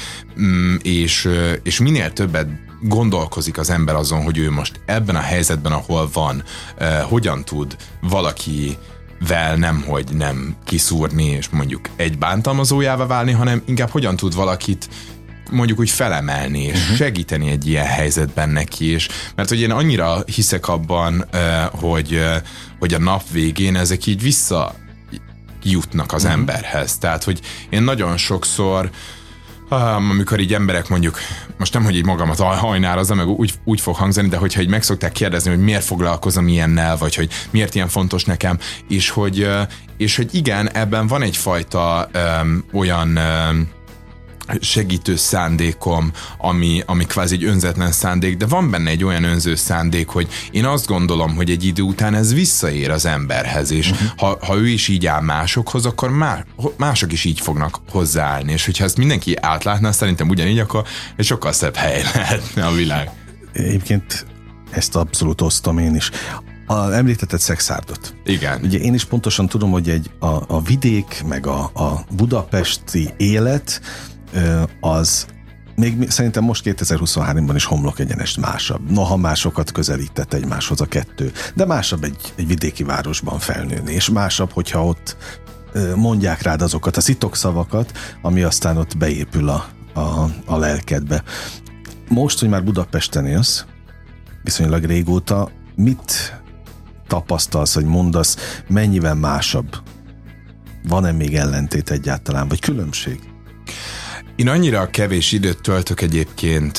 és minél többet gondolkozik az ember azon, hogy ő most ebben a helyzetben, ahol van, hogyan tud valaki nemhogy nem kiszúrni, és mondjuk egy bántalmazójává válni, hanem inkább hogyan tud valakit mondjuk úgy felemelni, és segíteni egy ilyen helyzetben neki, és mert hogy én annyira hiszek abban, hogy a nap végén ezek így visszajutnak az emberhez. Tehát, hogy én nagyon sokszor amikor így emberek mondjuk, most nem, hogy így magamat hajnálozom, meg úgy fog hangzani, de hogyha így meg szokták kérdezni, hogy miért foglalkozom ilyennel, vagy hogy miért ilyen fontos nekem, és hogy igen, ebben van egyfajta olyan segítő szándékom, ami kvázi egy önzetlen szándék, de van benne egy olyan önző szándék, hogy én azt gondolom, hogy egy idő után ez visszaér az emberhez, és ha ő is így áll másokhoz, akkor mások is így fognak hozzáállni, és hogyha ezt mindenki átlátná, szerintem ugyanígy, akkor egy sokkal szebb hely lehetne a világ. Egyébként ezt abszolút osztom én is. Említetted Szexárdot. Igen. Ugye én is pontosan tudom, hogy a vidék, meg a budapesti élet az még szerintem most 2023-ban is homlok egyenest másabb. Noha másokat közelített egymáshoz a kettő. De másabb egy vidéki városban felnőni, és másabb, hogyha ott mondják rád azokat a szitokszavakat, ami aztán ott beépül a lelkedbe. Most, hogy már Budapesten élsz, viszonylag régóta, mit tapasztalsz, hogy mondasz, mennyivel másabb? Van-e még ellentét egyáltalán, vagy különbség? Én annyira kevés időt töltök egyébként,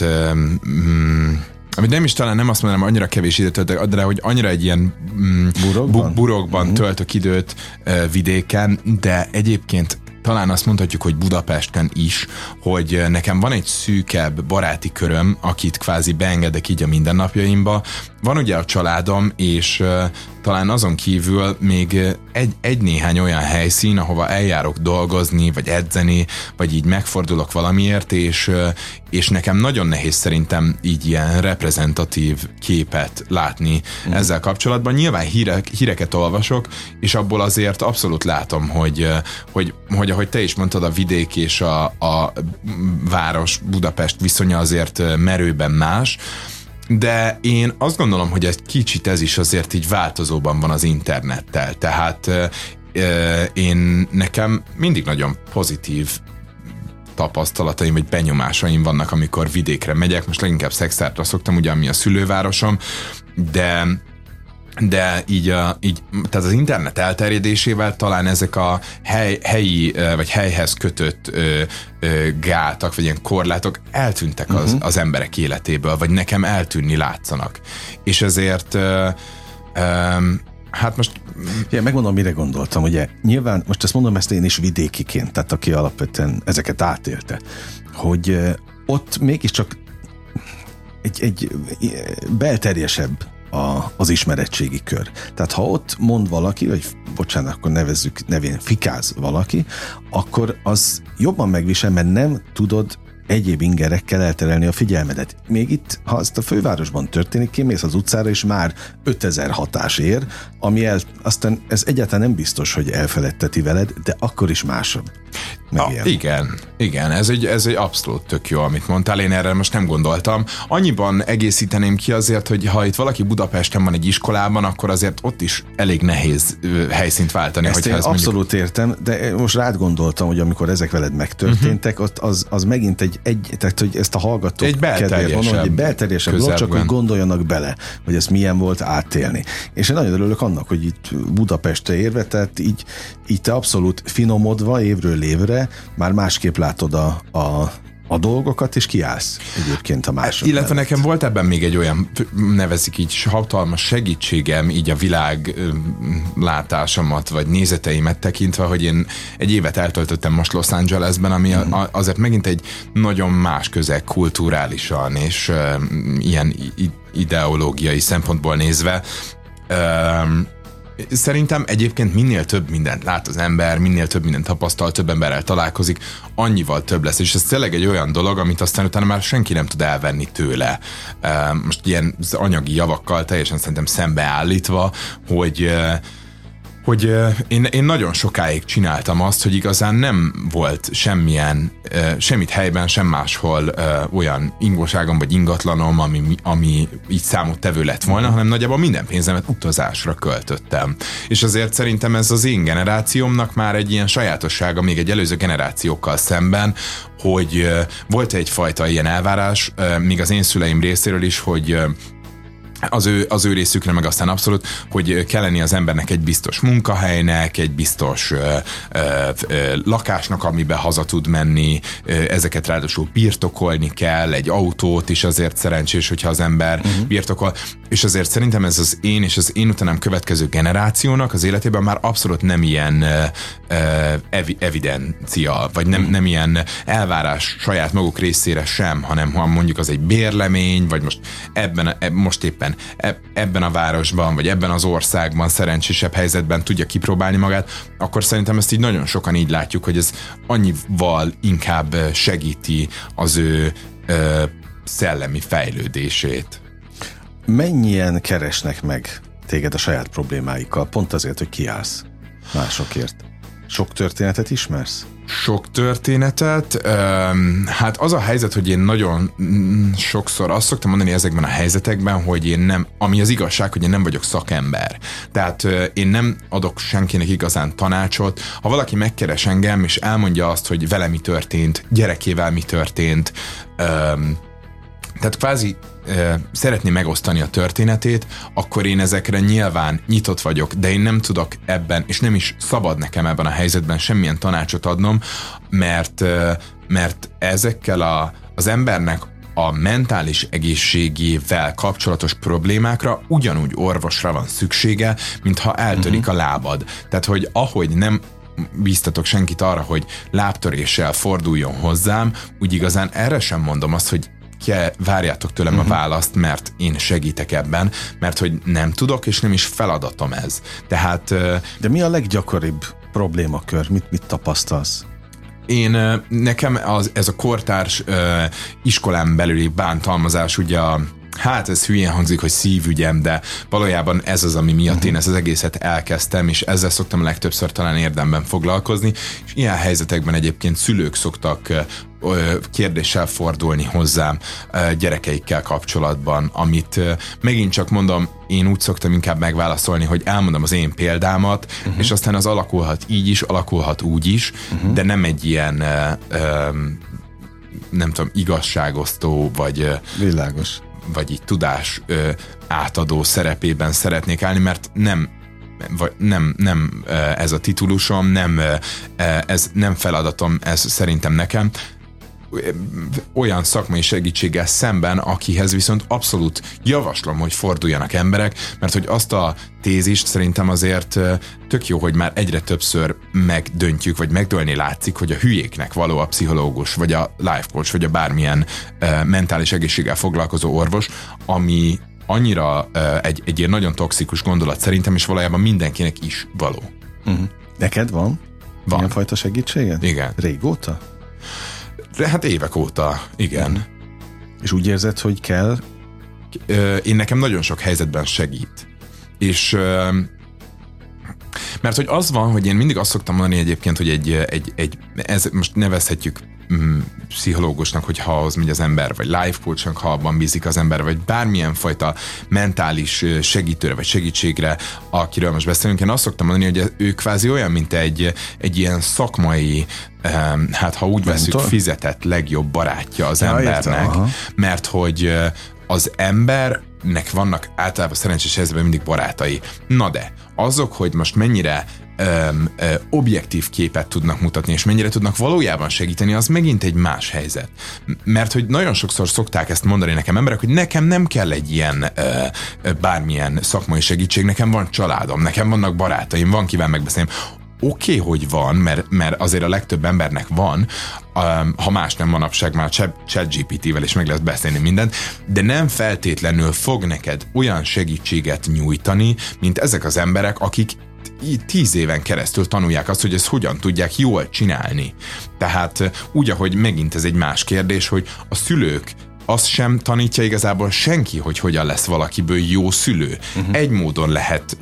amit nem is talán nem azt mondanám, annyira kevés időt töltök, de hogy annyira egy ilyen burokban töltök időt vidéken, de egyébként talán azt mondhatjuk, hogy Budapesten is, hogy nekem van egy szűkebb baráti köröm, akit kvázi beengedek így a mindennapjaimba. Van ugye a családom, és talán azon kívül még egy-néhány olyan helyszín, ahova eljárok dolgozni, vagy edzeni, vagy így megfordulok valamiért, és nekem nagyon nehéz szerintem így ilyen reprezentatív képet látni ezzel kapcsolatban. Nyilván híreket olvasok, és abból azért abszolút látom, hogy ahogy te is mondtad, a vidék és a város, Budapest viszonya azért merőben más, de én azt gondolom, hogy egy kicsit ez is azért így változóban van az internettel, tehát nekem mindig nagyon pozitív tapasztalataim, vagy benyomásaim vannak, amikor vidékre megyek, most leginkább Szexártra szoktam, ugye, ami a szülővárosom, de így tehát az internet elterjedésével talán ezek a helyi vagy helyhez kötött gátak, vagy ilyen korlátok eltűntek az emberek életéből, vagy nekem eltűnni látszanak. És ezért hát most... Ja, megmondom, mire gondoltam, ugye nyilván, most ezt mondom, ezt én is vidékiként, tehát aki alapvetően ezeket átélte, hogy ott mégiscsak egy belterjesebb az ismeretségi kör. Tehát ha ott mond valaki, vagy bocsánat, akkor nevezzük nevén fikáz valaki, akkor az jobban megvisel, mert nem tudod egyéb ingerekkel elterelni a figyelmedet. Még itt, ha ezt a fővárosban történik, kimész az utcára, és már 5000 hatás ér, aztán ez egyáltalán nem biztos, hogy elfeledteti veled, de akkor is másabb. Igen, ez egy abszolút tök jó, amit mondtál, én erre most nem gondoltam. Annyiban egészíteném ki azért, hogy ha itt valaki Budapesten van egy iskolában, akkor azért ott is elég nehéz helyszínt váltani. Ezt én abszolút értem, de most rád gondoltam, hogy amikor ezek veled megtörténtek, ott az megint tehát hogy ezt a hallgatók kedvéért mondom, hogy egy belterjesebb dolog, csak hogy gondoljanak bele, hogy ez milyen volt átélni. És én nagyon örülök annak, hogy itt Budapestre érve, tehát így te abszolút finomodva évről évre már másképp látod a dolgokat, és kiállsz egyébként a mások illetve mellett. Nekem volt ebben még egy olyan, nevezik így, hatalmas segítségem így a világ látásomat, vagy nézeteimet tekintve, hogy én egy évet eltöltöttem most Los Angelesben, ami azért megint egy nagyon más közeg kulturálisan, és ilyen ideológiai szempontból nézve. Szerintem egyébként minél több mindent lát az ember, minél több mindent tapasztal, több emberrel találkozik, annyival több lesz, és ez tényleg egy olyan dolog, amit aztán utána már senki nem tud elvenni tőle. Most ilyen anyagi javakkal teljesen szerintem szembeállítva, hogy én nagyon sokáig csináltam azt, hogy igazán nem volt semmit helyben, sem máshol olyan ingóságom vagy ingatlanom, ami így számottevő lett volna, hanem nagyjából minden pénzemet utazásra költöttem. És azért szerintem ez az én generációmnak már egy ilyen sajátossága, még egy előző generációkkal szemben, hogy volt egyfajta ilyen elvárás, még az én szüleim részéről is, hogy az ő részükre meg aztán abszolút, hogy kell lenni az embernek egy biztos munkahelynek, egy biztos lakásnak, amiben haza tud menni, ezeket ráadásul birtokolni kell, egy autót is azért szerencsés, hogyha az ember birtokol, és azért szerintem ez az én és az én utánam következő generációnak az életében már abszolút nem ilyen evidencia, vagy nem ilyen elvárás saját maguk részére sem, hanem ha mondjuk az egy bérlemény, vagy most éppen ebben a városban, vagy ebben az országban szerencsésebb helyzetben tudja kipróbálni magát, akkor szerintem ezt így nagyon sokan így látjuk, hogy ez annyival inkább segíti az ő szellemi fejlődését. Mennyien keresnek meg téged a saját problémáikkal, pont azért, hogy kiállsz másokért? Sok történetet ismersz? Sok történetet. Hát az a helyzet, hogy én nagyon sokszor azt szoktam mondani ezekben a helyzetekben, hogy én nem, ami az igazság, hogy én nem vagyok szakember. Tehát én nem adok senkinek igazán tanácsot. Ha valaki megkeres engem, és elmondja azt, hogy vele mi történt, gyerekével mi történt, tehát kvázi szeretném megosztani a történetét, akkor én ezekre nyilván nyitott vagyok, de én nem tudok ebben, és nem is szabad nekem ebben a helyzetben semmilyen tanácsot adnom, mert ezekkel az embernek a mentális egészségével kapcsolatos problémákra ugyanúgy orvosra van szüksége, mintha eltörik a lábad. Tehát, hogy ahogy nem bíztatok senkit arra, hogy lábtöréssel forduljon hozzám, úgy igazán erre sem mondom azt, hogy várjátok tőlem a választ, mert én segítek ebben, mert hogy nem tudok, és nem is feladatom ez. Tehát... De mi a leggyakoribb problémakör? Mit tapasztalsz? Nekem ez a kortárs iskolán belüli bántalmazás, ugye hát ez hülyén hangzik, hogy szívügyem, de valójában ez az, ami miatt én ezt az egészet elkezdtem, és ezzel szoktam legtöbbször talán érdemben foglalkozni, és ilyen helyzetekben egyébként szülők szoktak kérdéssel fordulni hozzám gyerekeikkel kapcsolatban, amit megint csak mondom, én úgy szoktam inkább megválaszolni, hogy elmondom az én példámat, és aztán az alakulhat így is, alakulhat úgy is, de nem egy ilyen nem tudom, igazságosztó, vagy világos, vagy így tudás átadó szerepében szeretnék állni, mert nem ez a titulusom, ez nem feladatom, ez szerintem nekem. Olyan szakmai segítséggel szemben, akihez viszont abszolút javaslom, hogy forduljanak emberek, mert hogy azt a tézist szerintem azért tök jó, hogy már egyre többször megdöntjük, vagy megdőlni látszik, hogy a hülyéknek való a pszichológus, vagy a life coach, vagy a bármilyen mentális egészséggel foglalkozó orvos, ami annyira egy ilyen nagyon toxikus gondolat szerintem, és valójában mindenkinek is való. Neked van? Van. Ilyen fajta segítséged? Igen. Régóta? Hát évek óta, igen. És úgy érzed, hogy kell? Én nekem nagyon sok helyzetben segít. És mert hogy az van, hogy én mindig azt szoktam mondani egyébként, hogy ez most nevezhetjük pszichológusnak, hogy ha az megy az ember, vagy life coachnak, ha abban bízik az ember, vagy bármilyen fajta mentális segítőre, vagy segítségre, akiről most beszélünk, én azt szoktam mondani, hogy ő kvázi olyan, mint egy ilyen hát ha úgy veszük, fizetett legjobb barátja az embernek, mert hogy az embernek vannak általában szerencsés helyzetben mindig barátai. Na de, azok, hogy most mennyire objektív képet tudnak mutatni, és mennyire tudnak valójában segíteni, az megint egy más helyzet. Mert hogy nagyon sokszor szokták ezt mondani nekem emberek, hogy nekem nem kell egy ilyen bármilyen szakmai segítség, nekem van családom, nekem vannak barátaim, van kivel megbeszélni. Oké, hogy van, mert azért a legtöbb embernek van, ha más nem manapság már ChatGPT-vel is meg lehet beszélni mindent, de nem feltétlenül fog neked olyan segítséget nyújtani, mint ezek az emberek, akik 10 éven keresztül tanulják azt, hogy ezt hogyan tudják jól csinálni. Tehát úgy, ahogy megint ez egy más kérdés, hogy a szülők azt sem tanítja igazából senki, hogy hogyan lesz valakiből jó szülő. Egy módon lehet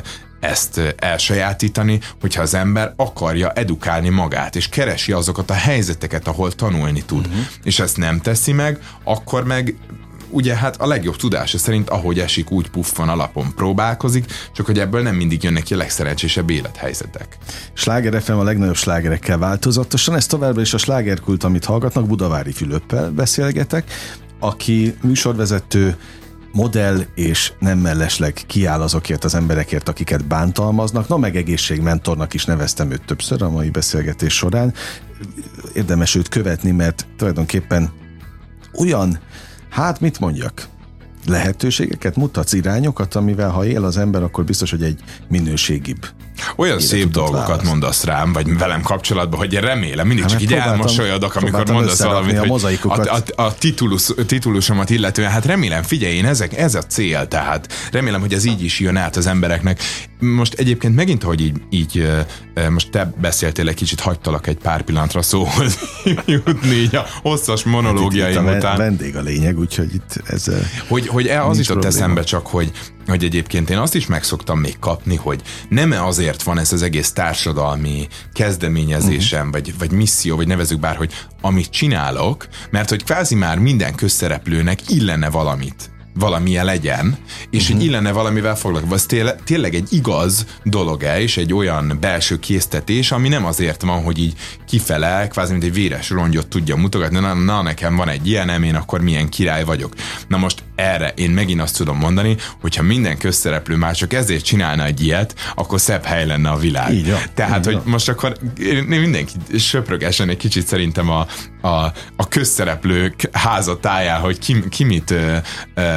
ezt elsajátítani, hogyha az ember akarja edukálni magát, és keresi azokat a helyzeteket, ahol tanulni tud. És ezt nem teszi meg, akkor meg ugye hát a legjobb tudása szerint, ahogy esik, úgy puffan alapon próbálkozik, csak hogy ebből nem mindig jönnek ki a legszerencsésebb élethelyzetek. Sláger FM a legnagyobb slágerekkel változatosan, ez továbbra is a slágerkult, amit hallgatnak, Budavári Fülöppel beszélgetek, aki műsorvezető, modell, és nem mellesleg kiáll azokért az emberekért, akiket bántalmaznak. Na, meg egészségmentornak is neveztem őt többször a mai beszélgetés során. Érdemes őt követni, mert tulajdonképpen olyan, hát mit mondjak, lehetőségeket mutatsz, irányokat, amivel ha él az ember, akkor biztos, hogy egy minőségibb olyan szép dolgokat mondasz rám, vagy velem kapcsolatban, hogy én remélem, mindig csak így elmosolyodok, amikor mondasz valamit, hogy a titulusomat illetően, hát remélem, figyelj, én ez a cél, tehát remélem, hogy ez így is jön át az embereknek. Most egyébként megint, hogy így most te beszéltél egy kicsit, hagytalak egy pár pillanatra szóhoz jutni így a hosszas monológiaim után. A vendég a lényeg, úgyhogy itt ezzel hogy az jutott eszembe csak, hogy egyébként én azt is megszoktam még kapni, hogy nem azért van ez az egész társadalmi kezdeményezésem, vagy misszió, vagy nevezzük bár, hogy amit csinálok, mert hogy kvázi már minden közszereplőnek illene valamilyen legyen, és hogy illene valamivel foglalkozni. Ez tényleg egy igaz dolog-e, és egy olyan belső késztetés, ami nem azért van, hogy így kifele, kvázi mint egy véres rongyot tudja mutogatni, na nekem van egy ilyenem, én akkor milyen király vagyok. Na most erre én megint azt tudom mondani, hogyha minden közszereplő már csak ezért csinálna egy ilyet, akkor szebb hely lenne a világ. Így van, tehát, hogy most akkor mindenki söprögessen egy kicsit szerintem a közszereplők házatáján, hogy ki mit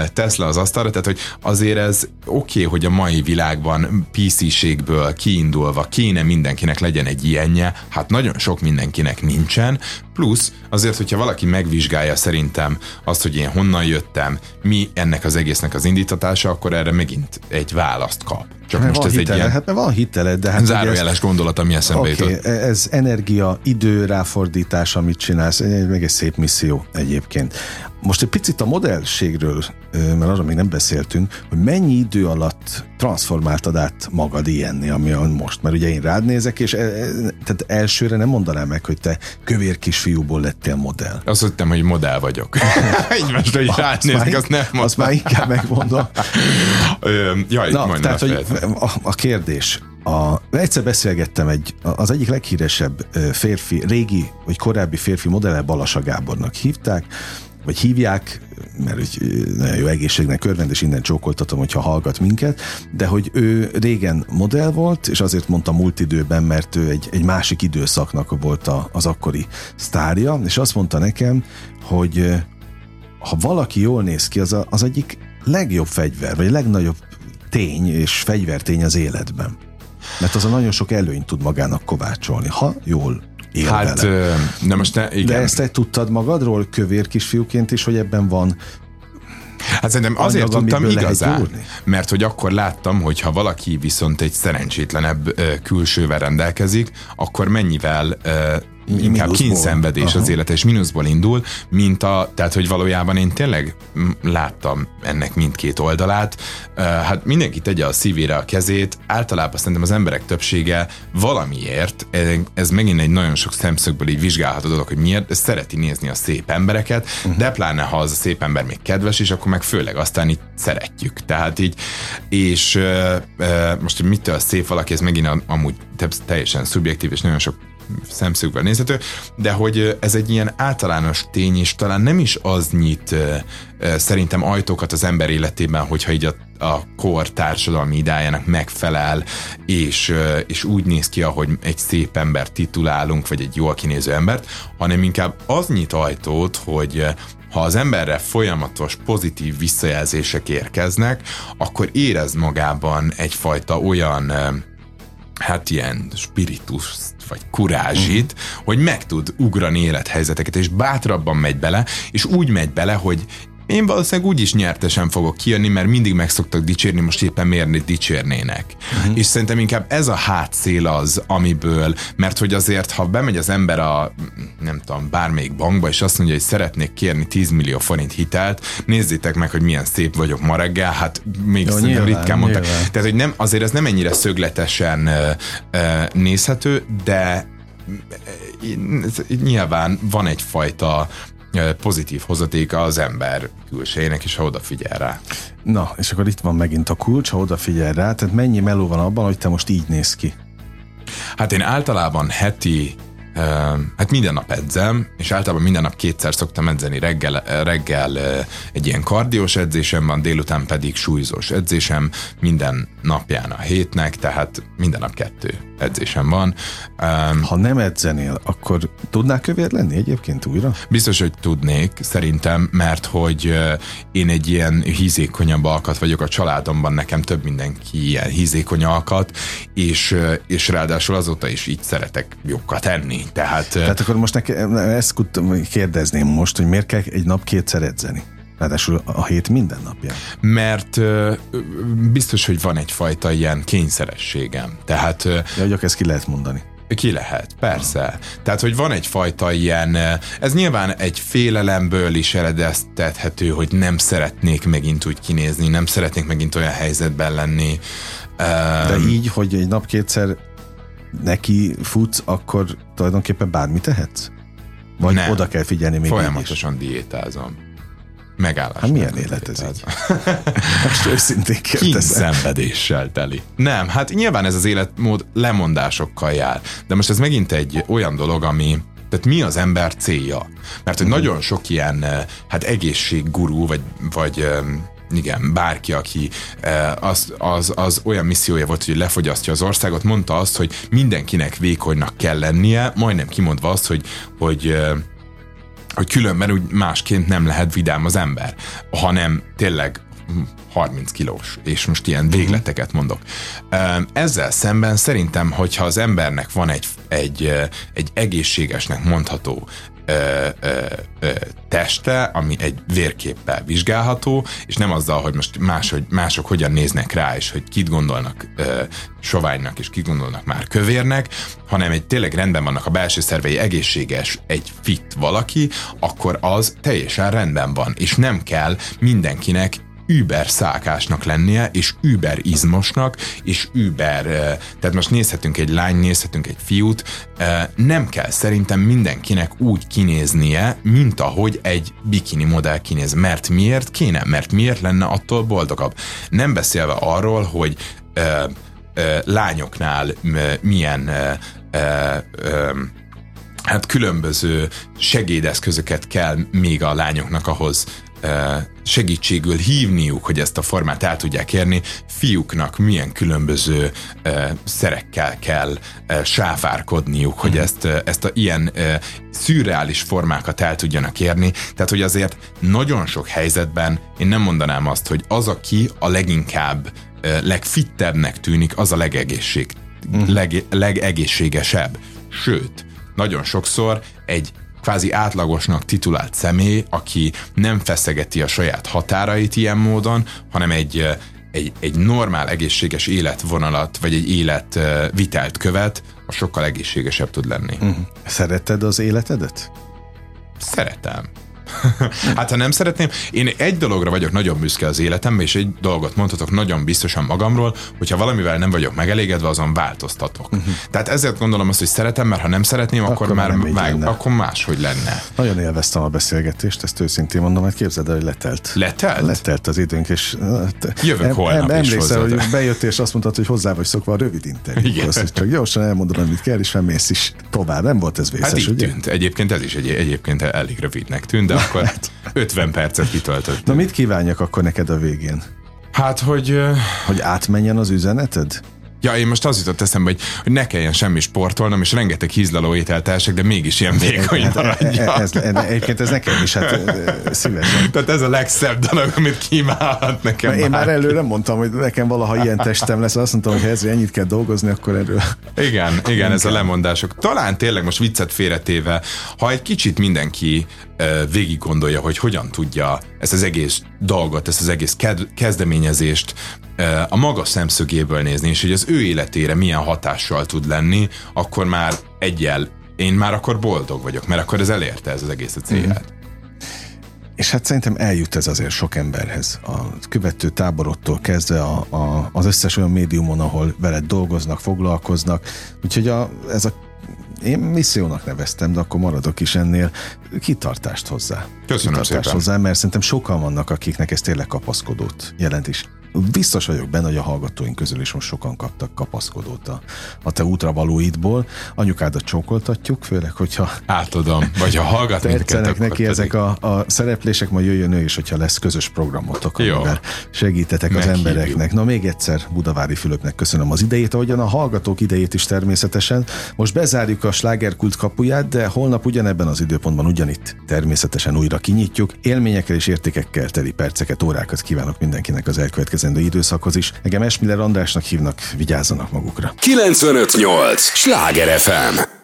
Tesla az asztalra, tehát hogy azért ez oké, hogy a mai világban PC-ségből kiindulva kéne mindenkinek legyen egy ilyenje, hát nagyon sok mindenkinek nincsen, plusz azért, hogyha valaki megvizsgálja szerintem azt, hogy én honnan jöttem, mi ennek az egésznek az indítatása, akkor erre megint egy választ kap. Csak mert most ez hitele, egy ilyen mert van hitele, de hát zárójeles gondolat, ami eszembe jutott. Ez energia, idő ráfordítás, amit csinálsz, meg egy szép misszió egyébként. Most egy picit a modellségről, mert arra még nem beszéltünk, hogy mennyi idő alatt transformáltad át magad ilyenni, ami most, mert ugye én rád nézek, és tehát elsőre nem mondanám meg, hogy te kövér kisfiúból lettél modell. Azt hittem, hogy modell vagyok. Így most, hogy rád nézek, azt nem mondom. Azt már inkább megmondom. Jaj, na, majdnem tehát, hogy a kérdés, egyszer beszélgettem az egyik leghíresebb férfi, régi vagy korábbi férfi modellel, Balassa Gábornak hívták, vagy hívják, mert nagyon jó egészségnek örvend, és innen csókoltatom, hogyha hallgat minket, de hogy ő régen modell volt, és azért mondta múlt időben, mert ő egy másik időszaknak volt az akkori sztárja, és azt mondta nekem, hogy ha valaki jól néz ki, az egyik legjobb fegyver, vagy legnagyobb tény és fegyvertény az életben. Mert az a nagyon sok előnyt tud magának kovácsolni, ha jól él vele. De most igen. De ezt te tudtad magadról kövér kisfiúként is, hogy ebben van hát szerintem azért tudtam igazán, mert hogy akkor láttam, hogy ha valaki viszont egy szerencsétlenebb külsővel rendelkezik, akkor mennyivel inkább kínszenvedés az élete, és mínuszból indul, tehát hogy valójában én tényleg láttam ennek mindkét oldalát. Hát mindenki tegye a szívére a kezét, általában szerintem az emberek többsége valamiért, ez megint egy nagyon sok szemszögből így vizsgálható dolog, hogy miért, szereti nézni a szép embereket, de pláne ha az a szép ember még kedves, és akkor meg főleg aztán így szeretjük. Tehát így, és most, hogy mitől szép valaki, ez megint amúgy teljesen szubjektív, és nagyon sok szemszögből nézhető, de hogy ez egy ilyen általános tény, és talán nem is az nyit szerintem ajtókat az ember életében, hogyha így a kor társadalmi idájának megfelel, és úgy néz ki, ahogy egy szép embert titulálunk, vagy egy jól kinéző embert, hanem inkább az nyit ajtót, hogy ha az emberre folyamatos pozitív visszajelzések érkeznek, akkor érez magában egyfajta olyan hát ilyen spirituszt, vagy kurázsit, hogy meg tud ugrani élethelyzeteket, és bátrabban megy bele, és úgy megy bele, hogy én valószínűleg úgy is nyertesen fogok kijönni, mert mindig meg szoktak dicsérni, most éppen miért dicsérnének. És szerintem inkább ez a hátszél az, amiből, mert hogy azért, ha bemegy az ember nem tudom, bármelyik bankba, és azt mondja, hogy szeretnék kérni 10 millió forint hitelt, nézzétek meg, hogy milyen szép vagyok ma reggel, hát még szerintem ritkán mondtak. Tehát, hogy nem, azért ez nem ennyire szögletesen nézhető, de nyilván van egyfajta pozitív hozatéka az ember külsejének, és ha odafigyel rá. Na, és akkor itt van megint a kulcs, ha odafigyel rá, tehát mennyi meló van abban, hogy te most így néz ki? Hát én általában hát minden nap edzem, és általában minden nap 2-szer szoktam edzeni, reggel egy ilyen kardiós edzésem van, délután pedig súlyzós edzésem minden napján a hétnek, tehát minden nap 2 edzésem van. Ha nem edzenél, akkor tudnál kövér lenni egyébként újra? Biztos, hogy tudnék, szerintem, mert hogy én egy ilyen hízékonyabb alkat vagyok a családomban, nekem több mindenki ilyen hízékony alkat, és ráadásul azóta is így szeretek jókat enni. Tehát akkor most ezt kérdezném most, hogy miért kell egy nap 2-szer edzeni? Ráadásul a hét minden napján. Mert biztos, hogy van egyfajta ilyen kényszerességem. Tehát... hogy ezt ki lehet mondani. Ki lehet, persze. Tehát, hogy van egyfajta ilyen, ez nyilván egy félelemből is eredeztethető, hogy nem szeretnék megint úgy kinézni, nem szeretnék megint olyan helyzetben lenni. De így, hogy egy nap 2-szer neki futsz, akkor tulajdonképpen bármi tehetsz? Vagy nem, oda kell figyelni még folyamatosan diétázom. Megállás. Hát milyen élet ez így? Most őszintén kérdezem. Kínszenvedéssel teli. Nem, hát nyilván ez az életmód lemondásokkal jár. De most ez megint egy olyan dolog, tehát mi az ember célja? Mert hogy nagyon sok ilyen hát egészséggurú, vagy igen, bárki, aki az olyan missziója volt, hogy lefogyasztja az országot, mondta azt, hogy mindenkinek vékonynak kell lennie, majdnem kimondva azt, hogy hogy különben úgy másként nem lehet vidám az ember, hanem tényleg 30 kilós, és most ilyen végleteket mondok. Ezzel szemben szerintem, hogyha az embernek van egy egészségesnek mondható teste, ami egy vérképpel vizsgálható, és nem azzal, hogy most mások hogyan néznek rá, és hogy kit gondolnak soványnak, és kit gondolnak már kövérnek, hanem egy tényleg rendben vannak a belső szervei, egészséges, egy fit valaki, akkor az teljesen rendben van, és nem kell mindenkinek über szákásnak lennie, és über izmosnak, és tehát most nézhetünk egy lány, nézhetünk egy fiút, nem kell szerintem mindenkinek úgy kinéznie, mint ahogy egy bikini modell kinéz. Mert miért kéne? Mert miért lenne attól boldogabb? Nem beszélve arról, hogy lányoknál milyen hát különböző segédeszközöket kell még a lányoknak ahhoz segítségül hívniuk, hogy ezt a formát el tudják érni. Fiúknak milyen különböző szerekkel kell sáfárkodniuk, hogy ezt a ilyen szürreális formákat el tudjanak érni. Tehát, hogy azért nagyon sok helyzetben én nem mondanám azt, hogy az, aki a leginkább legfittebbnek tűnik, az a legegészségesebb. Sőt, nagyon sokszor egy kvázi átlagosnak titulált személy, aki nem feszegeti a saját határait ilyen módon, hanem egy normál egészséges életvonalat, vagy egy életvitelt követ, az sokkal egészségesebb tud lenni. Szereted az életedet? Szeretem. Hát ha nem szeretném, én egy dologra vagyok nagyon büszke az életemben, és egy dolgot mondhatok nagyon biztosan magamról, hogyha valamivel nem vagyok megelégedve, azon változtatok. Tehát ezért gondolom azt, hogy szeretem, mert ha nem szeretném, akkor már akkor máshogy lenne. Nagyon élveztem a beszélgetést, ezt őszintén mondom, hogy képzeld el, hogy letelt. Letelt? Letelt az időnk, és jövök holnap is emlékszel, hogy bejöttél, és azt mondtad, hogy hozzá vagy szokva a rövid interjúhoz. Csak gyorsan elmondod, amit kell, és mész is tovább. Nem volt ez vészes, hát így ugye? tűnt. Egyébként ez is egyébként elég rövidnek tűnt, de akkor 50 percet kitöltött. Na mit kívánjak akkor neked a végén? Hát, hogy átmenjen az üzeneted? Ja, én most az jutott eszembe, hogy ne kelljen semmi sportolnom, és rengeteg hízlaló ételt elsek, de mégis ilyen vékony maradja. Egyébként ez nekem is, hát szívesen. Tehát ez a legszebb dolog, amit kívánhat nekem. Én már előre mondtam, hogy nekem valaha ilyen testem lesz, azt mondtam, hogy ha ezre ennyit kell dolgozni, akkor erről. Igen, ez a lemondások. Talán tényleg most viccet félretéve, ha egy kicsit mindenki végig gondolja, hogy hogyan tudja ezt az egész dolgot, ezt az egész kezdeményezést a maga szemszögéből nézni, és hogy az ő életére milyen hatással tud lenni, akkor már én már akkor boldog vagyok, mert akkor ez elérte ez az egész a célját. És hát szerintem eljut ez azért sok emberhez. A követő táborodtól kezdve az összes olyan médiumon, ahol veled dolgoznak, foglalkoznak. Úgyhogy én missziónak neveztem, de akkor maradok is ennél, kitartást hozzá. Köszönöm szépen. Hozzá, mert szerintem sokan vannak, akiknek ez tényleg kapaszkodót jelent is. Biztos vagyok benne, hogy a hallgatóink közül is most sokan kaptak kapaszkodót a te útravalóidból. Anyukádat csókoltatjuk, főleg, hogyha átadom, vagy ha hallgat tetszenek neki ezek a szereplések, majd jöjjön ő is, hogyha lesz közös programotok, amivel segítetek az embereknek. Na még egyszer Budavári Fülöpnek köszönöm az idejét, ahogyan a hallgatók idejét is természetesen. Most bezárjuk a Slágerkult kapuját, de holnap ugyanebben az időpontban ugyanitt természetesen újra kinyitjuk. Élményekkel és értékekkel teli perceket, órákat kívánok mindenkinek az elkövetkezendő időszakhoz is. Engem Esmiller Andrásnak hívnak, vigyázzanak magukra. 95.8 Sláger FM.